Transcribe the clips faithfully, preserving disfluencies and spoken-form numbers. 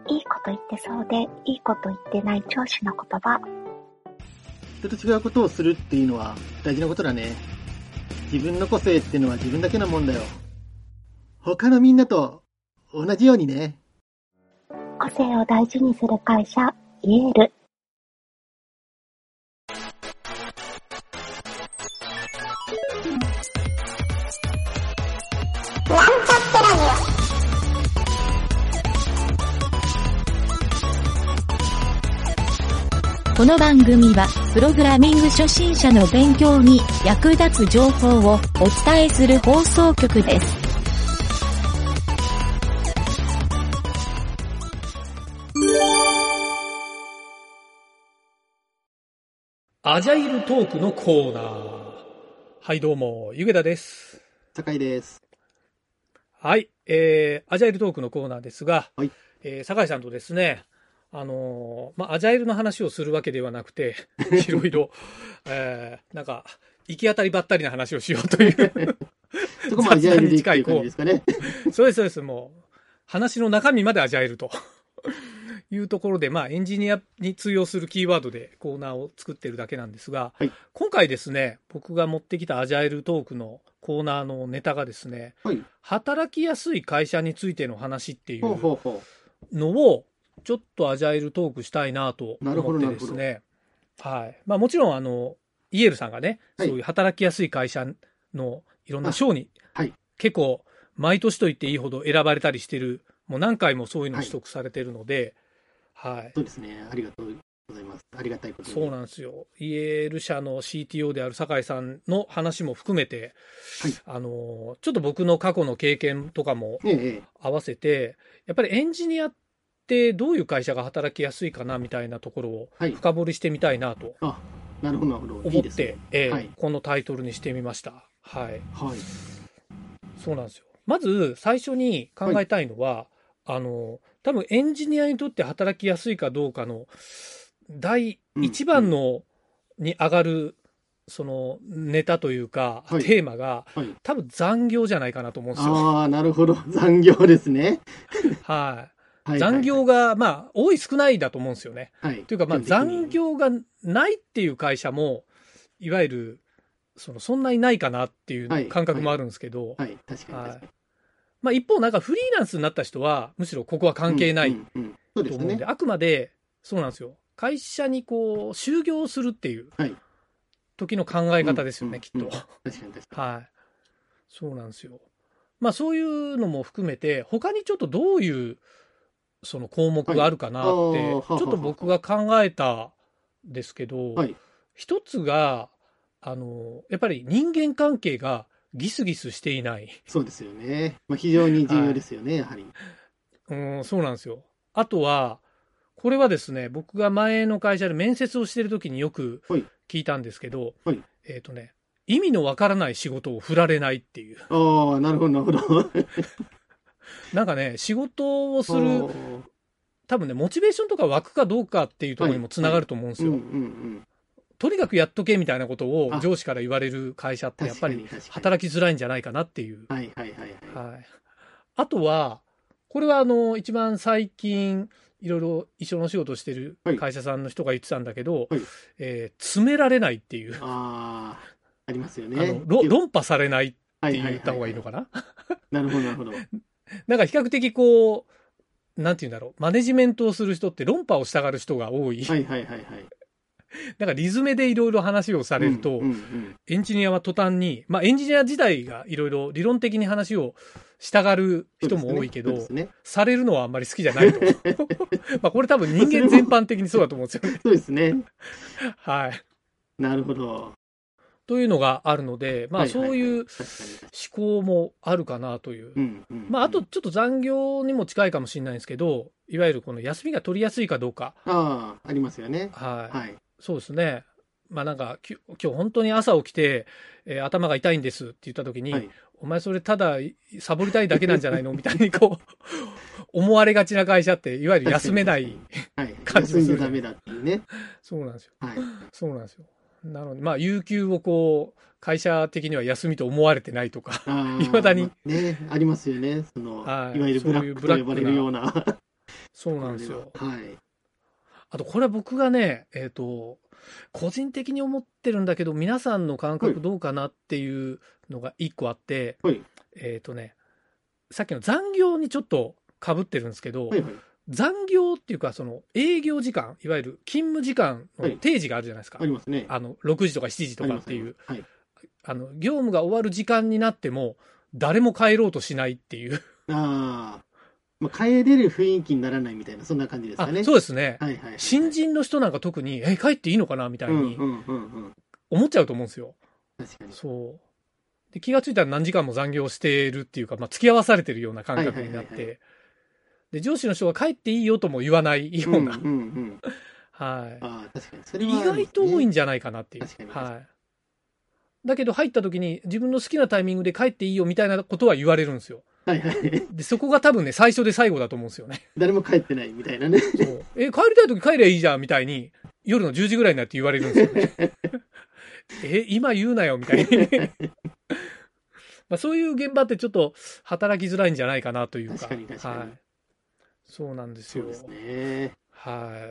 いいこと言ってそうで、いいこと言ってない上司の言葉。 人と違うことをするっていうのは大事なことだね。自分の個性ってのは自分だけのもんだよ。他のみんなと同じようにね。 個性を大事にする会社、イエール。 この番組は、プログラミング初心者の勉強に役立つ情報をお伝えする放送局です。 アジャイルトークのコーナー。はい、どうも、ゆげだです。 酒井です。 はい、えー、アジャイルトークのコーナーですが、 はい、 えー、酒井さんとですね、あのー、まあ、アジャイルの話をするわけではなくて、いろいろ、えー、なんか、行き当たりばったりな話をしようという。 そこもアジャイルで近い感じですかね。 そうです、そうです。もう、話の中身までアジャイルというところで、まあ、エンジニアに通用するキーワードでコーナーを作ってるだけなんですが、 はい、 今回ですね、僕が持ってきたアジャイルトークのコーナーのネタがですね、 はい、 働きやすい会社についての話っていうのを、 ほうほうほうちょっとアジャイルトークしたいなと思ってですね。はい。まあもちろんあの、イエールさんがね、はい、そういう働きやすい会社のいろんな賞に、はい、結構毎年と言っていいほど選ばれたりしてる、もう何回もそういうのを取得されてるので、はい。はい、 そうですね。ありがとうございます。ありがたいことに。 そうなんですよ。イエール社の シーティーオー である酒井さんの話も含めて、はい、あの、ちょっと僕の過去の経験とかも合わせて、ええ、やっぱりエンジニアってでどういう会社が働きやすいかなみたいなところを深掘りしてみたいなと思ってこのタイトルにしてみました。はい。はい。そうなんですよ。まず最初に考えたいのは、はい、あの多分エンジニアにとって働きやすいかどうかの第一番のに上がるそのネタというか、はい、テーマが、はい、多分残業じゃないかなと思うんですよ。 ああ、なるほど。残業ですね。 はい。残業が、まあ、多い少ないだと思うんですよね。はい、というか、まあ、残業がないっていう会社も、いわゆる、その、そんなにないかなっていう感覚もあるんですけど、 はい、はい、確かに確かに。 まあ、一方、なんかフリーランスになった人は、むしろここは関係ないと思うんで、あくまで、そうなんですよ。会社にこう、就業するっていう時の考え方ですよね、きっと。 確かに確かに。 はい。そうなんですよ。まあ、そういうのも含めて、他にちょっとどういう、その項目があるかなって、はい、ちょっと僕が考えたんですけど、はい、一つが、あの、やっぱり人間関係がギスギスしていない。 そうですよね。まあ、非常に重要ですよね、はい、やはり。 うん、そうなんですよ。あとは、これはですね、僕が前の会社で面接をしてる時によく聞いたんですけど、はい、えっとね、意味のわからない仕事を振られないっていう。 ああ、なるほど、なるほど。 なんかね、仕事をする、多分ね、モチベーションとか湧くかどうかっていうところにもつながると思うんですよ。とにかくやっとけみたいなことを上司から言われる会社ってやっぱり働きづらいんじゃないかなっていう。 はいはいはいはい。 はい、あとは、これはあの、一番最近、いろいろ一緒の仕事をしてる会社さんの人が言ってたんだけど、はい、えー、詰められないっていう。 ああ、ありますよね。 あの論破されないって言った方がいいのかな。 なるほどなるほど。 なんか比較的こう、なんていうんだろう、マネジメントをする人って論破をしたがる人が多い。 はいはいはいはい。 なんかリズムでいろいろ話をされると、うんうんうん、エンジニアは途端に、まあエンジニア自体がいろいろ理論的に話をしたがる人も多いけど、ねね、されるのはあんまり好きじゃないと。まあこれ多分人間全般的にそうだと思うんですよね。 そうですね。 はい。 なるほど。 というのがあるので、まあそういう思考もあるかなという。まああとちょっと残業にも近いかもしれないんですけど、いわゆるこの休みが取りやすいかどうか。 ああ、ありますよね。 はい。はい、そうですね。まあなんか、今日本当に朝起きて、えー、頭が痛いんですって言った時に、はい、お前それただサボりたいだけなんじゃないのみたいにこう、思われがちな会社って、いわゆる休めない感じがする。 休んじゃダメだっていうね。 そうなんですよ。はい、そうなんですよ。なので、まあ、有給をこう、会社的には休みと思われてないとか、いまだに。 ね、ありますよね。その、いわゆるブラックと呼ばれるような。 そうなんですよ。 はい。 あと、これは僕がね、えっと、個人的に思ってるんだけど、皆さんの感覚どうかなっていうのが一個あって、 はい。 えっとね、さっきの残業にちょっと被ってるんですけど、 はいはい。 残業っていうか、その営業時間、いわゆる勤務時間の定時があるじゃないですか。 ありますね。 あの、ろくじとかしちじとかっていう。 はい。 あの、業務が終わる時間になっても、誰も帰ろうとしないっていう。 ああ。まあ、帰れる雰囲気にならないみたいな、そんな感じですかね。 あ、そうですね。 はいはいはいはい。 新人の人なんか特に、え、帰っていいのかなみたいにうんうんうんうん。 思っちゃうと思うんですよ。 確かに。 そう。で、気がついたら何時間も残業してるっていうか、まあ、付き合わされてるような感覚になっはいはいはいはて、で、上司の人が帰っていいよとも言わないような。 うんうんうん。 はい。 ああ、確かに。それはあ意るんですね、 外と多いんじゃないかなっていう。 確かに確かに。 はい。だけど入った時に自分の好きなタイミングで帰っていいよみたいなことは言われるんですよ。 はいはい。 で、そこが多分ね、最初で最後だと思うんですよね。 誰も帰ってないみたいなね。 そう。え、帰りたい時帰りゃいいじゃんみたいに、夜のじゅうじぐらいになって言われるんですよね。え、今言うなよみたいに。まあそういう現場ってちょっと働きづらいんじゃないかなというか。 確かに確かに。はい、 そうなんですよ。 そうですね。 はい。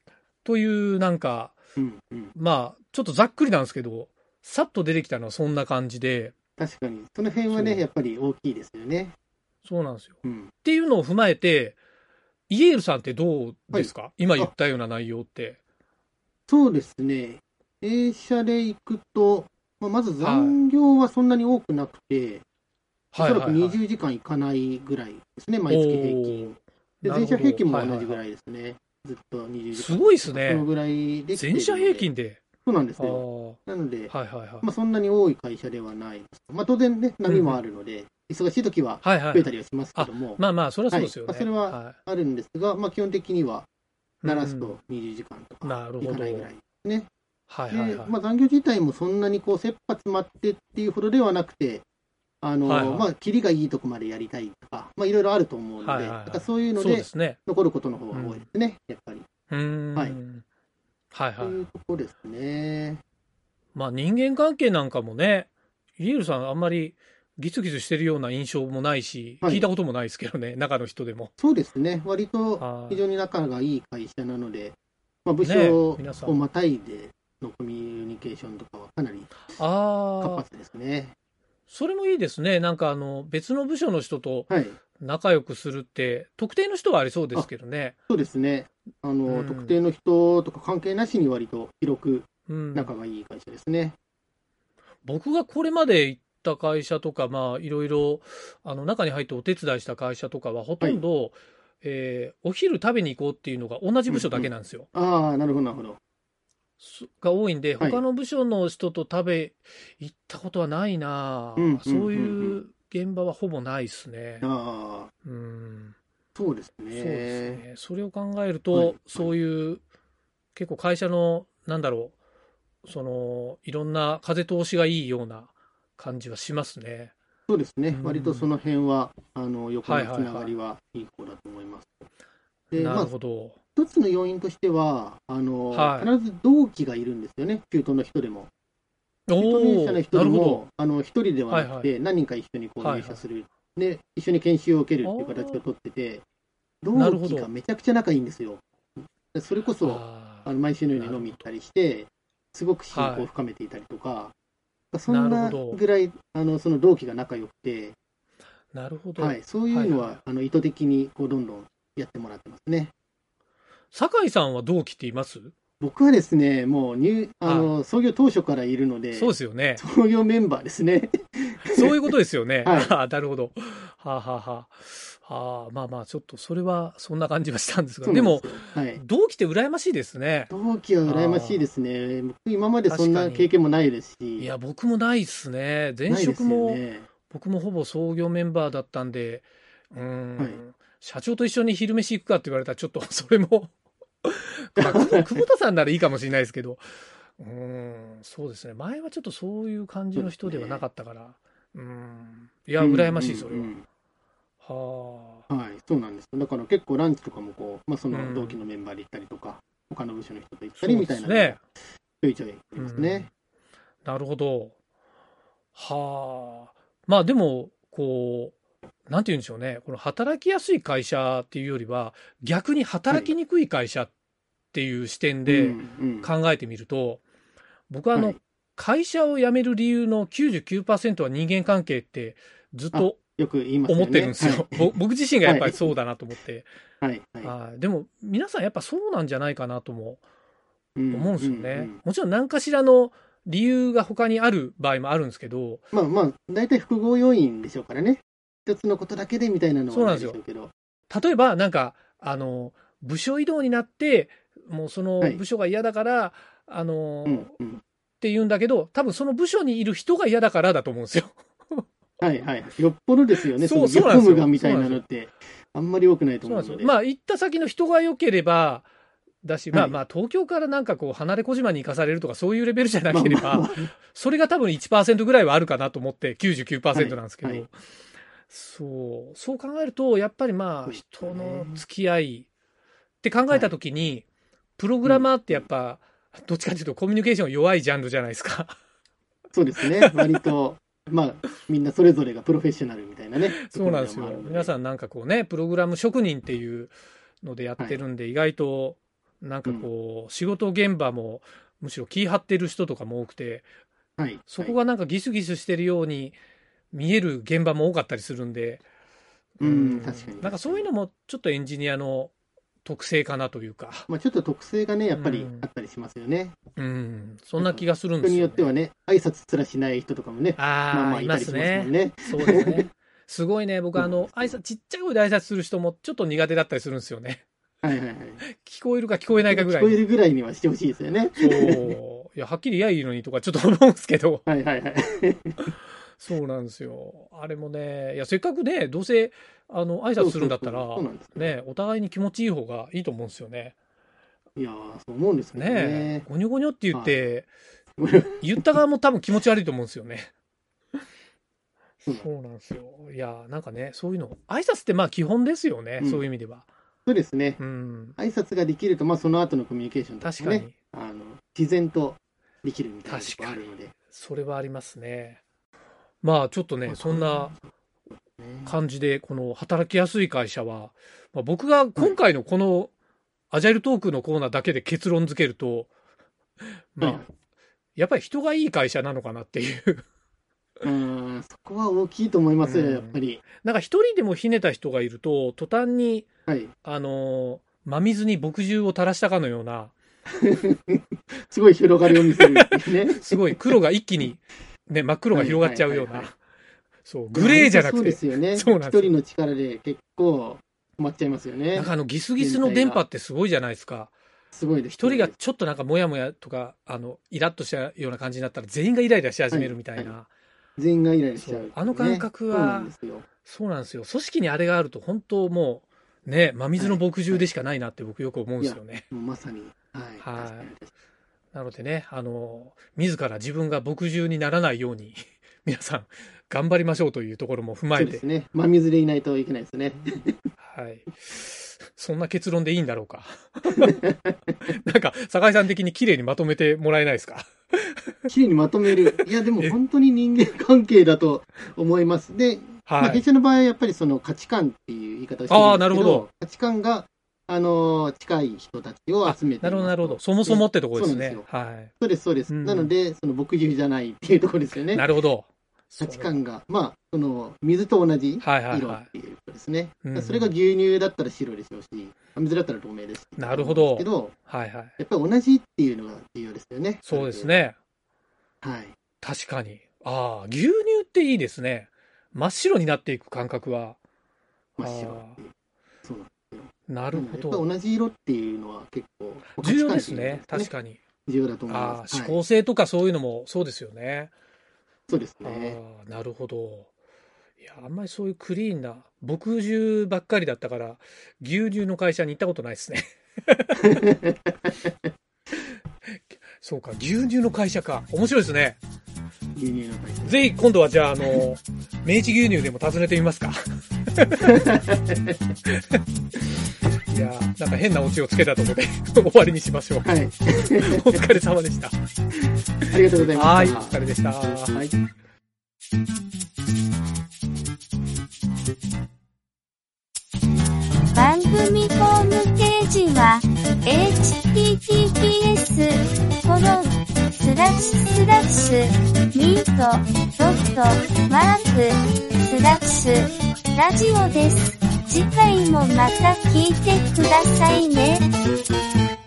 というなんか、 うんうん、 まあちょっとざっくりなんですけど、さっと出てきたのはそんな感じで。 確かに。その辺はね、やっぱり大きいですよね。 そうなんですよ。 うん、 っていうのを踏まえて、イエールさんってどうですか、はい、今言ったような内容って。 そうですね。A 社で行くと、まあ、まず残業はそんなに多くなくて、はい、おそらくにじゅうじかんいかないぐらいですね、毎月平均。で、全社平均も同じぐらいですね。はいはいはい、ずっとにじゅうじかん。 すごいですね。 そのぐらいで。 全社平均で。 そうなんですよ。なので、 はいはいはい、 まあ、そんなに多い会社ではないです。まあ、当然ね、波もあるので、うん忙しい時は増えたりはしますけども。はいはい、 まあまあ、それはそうですよね。 はいまあ、それはあるんですが、はい、まあ、基本的には、鳴らすとにじゅうじかんとかいかないぐらいですね。 はいはいはい。 で、まあ、残業自体もそんなにこう、切羽詰まってっていうほどではなくて、あの、はいはい、まあ、切りがいいとこまでやりたいとか、まあ、いろいろあると思うので、はいはいはい、だからそういうので、残ることの方が多いですね、うん、やっぱり。 うん。 はい。 はいはい。 というところですね。 まあ、人間関係なんかもね、イエールさんあんまりギスギスしてるような印象もないし、はい、聞いたこともないですけどね、中の人でも。 そうですね、割と非常に仲がいい会社なので、まあ、部署をまたいでのコミュニケーションとかはかなり活発ですね。 それもいいですね。なんかあの別の部署の人と仲良くするって、はい、特定の人はありそうですけどね。 そうですね。あの、うん、特定の人とか関係なしに割と広く仲がいい会社ですね。 うん、僕がこれまで行った会社とか、まあいろいろあの中に入ってお手伝いした会社とかはほとんど、はいえー、お昼食べに行こうっていうのが同じ部署だけなんですよ。 うんうん、ああ、なるほどなるほど。 が多いんで、他の部署の人と食べ行ったことはないな、 うん、 そういう現場はほぼないですね。 ああ、 うん、 そうですね。 そうですね。それを考えると、はいはい、そういう結構会社のなんだろう、そのいろんな風通しがいいような感じはしますね。 そうですね。うん、割とその辺はあの横のつながりはいい方だと思います。 はいはいはい、なるほど。まあ一つの要因としては、あの、はい、必ず同期がいるんですよね、中途の人でも。中途入社の人でも、あの、一人ではなくて、はいはい、何人か一緒にこう入社する、はいはい、で、一緒に研修を受けるっていう形をとってて、同期がめちゃくちゃ仲いいんですよ。それこそ、あの毎週のように飲み行ったりして、すごく親交を深めていたりとか、はい、そんなぐらい、あの、その同期が仲良くて、 なるほど。 はい、そういうのは、はいはい、あの意図的にこうどんどんやってもらってますね。 酒井さんは同期っています？ 僕はですね、もう入あの創業当初からいるので、 そうですよね。 創業メンバーですね。 そういうことですよね。 はい、 あなるほど。はあ、はあはあ、はあ、まあまあちょっとそれはそんな感じはしたんですが、でも、はい、同期って羨ましいですね。 同期は羨ましいですね。僕今までそんな経験もないですし。 いや僕もないですね。前職も、ね、僕もほぼ創業メンバーだったんで、うん、はい、社長と一緒に昼飯行くかって言われたらちょっとそれも。まあ、久保田さんならいいかもしれないですけど、うーん、そうですね。前はちょっとそういう感じの人ではなかったから、うーん、いや、羨ましい、それは。うんうんうん、はあ。 はい、そうなんです。だから結構ランチとかもこう、まあ、その同期のメンバーで行ったりとか、うん、他の部署の人と行ったりみたいなのが、ね、ちょいちょいありますね、 うん。なるほど。はあ。まあでも、こう、 なんて言うんでしょうね、この働きやすい会社っていうよりは、逆に働きにくい会社っていう視点で考えてみると、はい、僕はあの、はい、会社を辞める理由の きゅうじゅうきゅうパーセント は人間関係ってずっと思ってるんですよ。僕自身がやっぱりそうだなと思って。はいはいはい、でも皆さんやっぱそうなんじゃないかなとも思うんですよね。うんうんうん、もちろん何かしらの理由が他にある場合もあるんですけど。 まあまあ、大体複合要因でしょうからね。一つのことだけでみたいなのはないでしょうけど。そうなんですよ。例えば、なんか、あの、部署移動になって、もうその部署が嫌だから、はい、あの、うんうん、って言うんだけど、多分その部署にいる人が嫌だからだと思うんですよ。 はいはい。よっぽどですよね。そう、その業務がみたいなのって、あんまり多くないと思うので。 まあ、行った先の人が良ければ、だし、まあまあ、東京からなんかこう、離れ小島に行かされるとか、そういうレベルじゃなければ、まあまあまあ、それが多分 いちパーセント ぐらいはあるかなと思って、きゅうじゅうきゅうパーセント なんですけど、はいはい、そう、そう考えると、やっぱりまあ、人の付き合いって考えたときに、はい、プログラマーってやっぱ、どっちかというとコミュニケーション弱いジャンルじゃないですか。 そうですね、割と。まあ、みんなそれぞれがプロフェッショナルみたいなね。 そうなんですよ。皆さんなんかこうね、プログラム職人っていうのでやってるんで、はい、意外と、なんかこう、うん、仕事現場もむしろ気張ってる人とかも多くて、はい、そこがなんかギスギスしてるように見える現場も多かったりするんで、 うん、うん確かに。 なんかそういうのもちょっとエンジニアの特性かなというか。 まあちょっと特性がね、やっぱりあったりしますよね。 うん、うん、そんな気がするんですよ、ね。 人によってはね、挨拶すらしない人とかもね、 あまあまあいたりしますもんね。 そうですね。すごいね、僕あの、挨拶、ちっちゃい声で挨拶する人もちょっと苦手だったりするんですよね。 はいはいはい。 聞こえるか聞こえないかぐらい。 聞こえるぐらいにはしてほしいですよね。 そう。いや、はっきり言えばいいのにとかちょっと思うんですけど。 はいはいはい。 そうなんですよ。あれもね、いや、せっかくね、どうせ、あの、挨拶するんだったら、ね、お互いに気持ちいい方がいいと思うんですよね。 いやー、そう思うんですけどね。 ねゴニョゴニョって言って、言った側も多分気持ち悪いと思うんですよね。そうなんですよ。いや、なんかね、そういうの、挨拶ってまあ基本ですよね、うん、そういう意味では。 そうですね。 うん、 挨拶ができると、まあ、その後のコミュニケーションとかもね、確かにあの自然とできるみたいなところがあるので。 それはありますね。まあちょっとね、そんな感じで、この働きやすい会社は、まあ、僕が今回のこのアジャイルトークのコーナーだけで結論付けると、まあ、はい、やっぱり人がいい会社なのかなっていう。 うん、そこは大きいと思いますよ、やっぱり。 なんか一人でもひねた人がいると、途端に、はい、あの、真水に墨汁を垂らしたかのような。 すごい広がりを見せるっていうね。 すごい黒が一気に、ね、真っ黒が広がっちゃうような。そう、グレーじゃなくて。 そうですよね。そうなんです。一人の力で結構止まっちゃいますよね。 なんかあのギスギスの電波ってすごいじゃないですか。 すごいです。 一人がちょっとなんかモヤモヤとか、あの、イラッとしたような感じになったら全員がイライラし始めるみたいな。はいはい、 全員がイライラしちゃう、ね。 あの感覚は、そうなんですよ。そうなんですよ。組織にあれがあると本当もう、ね、真水の墨汁でしかないなって僕よく思うんですよね。 もうまさに。はい。 はい。なのでね、あの、自ら自分が墨汁にならないように、皆さん頑張りましょうというところも踏まえて。そうですね。真水でいないといけないですね。 はい。そんな結論でいいんだろうか。なんか、酒井さん的に綺麗にまとめてもらえないですか？ 綺麗にまとめる。いや、でも本当に人間関係だと思います。で、はい、まあ、弊社の場合はやっぱりその価値観っていう言い方をしてるんですけど、あ、なるほど。価値観が、あのー、近い人たちを集めて。 なるほど、なるほど。そもそもってところですね。そうですよ。はい。 そうです、そうです。うん、なので、その墨汁じゃないっていうところですよね。 なるほど。 価値観が、まあ、その、水と同じ色っていうことですね。はいはいはい、それが牛乳だったら白でしょうし、水だったら透明です。 なるほど。 けど、 はいはい。 やっぱり同じっていうのが重要ですよね。 そうですね。 はい。 確かに。ああ、牛乳っていいですね。真っ白になっていく感覚は。 真っ白っていう。そうなんですよ。 なるほど。 やっぱ同じ色っていうのは結構、 重要ですね。確かに。 重要だと思います。 ああ、指向性とかそういうのもそうですよね。 そうですね。 ああ、なるほど。いや、あんまりそういうクリーンな、墨汁ばっかりだったから、牛乳の会社に行ったことないですね。そうか、牛乳の会社か。面白いですね。 牛乳の会社。 ぜひ今度はじゃあ、あの、明治牛乳でも訪ねてみますか。いやー、なんか変なオチをつけたところで終わりにしましょう。はい。お疲れ様でした。 ありがとうございました。 はい、お疲れでした。 はい。 ス、コロン、スラッシュスラッシュ、ミート、ドット、マーク、スラッシュ、ラジオです。次回もまた聞いてくださいね。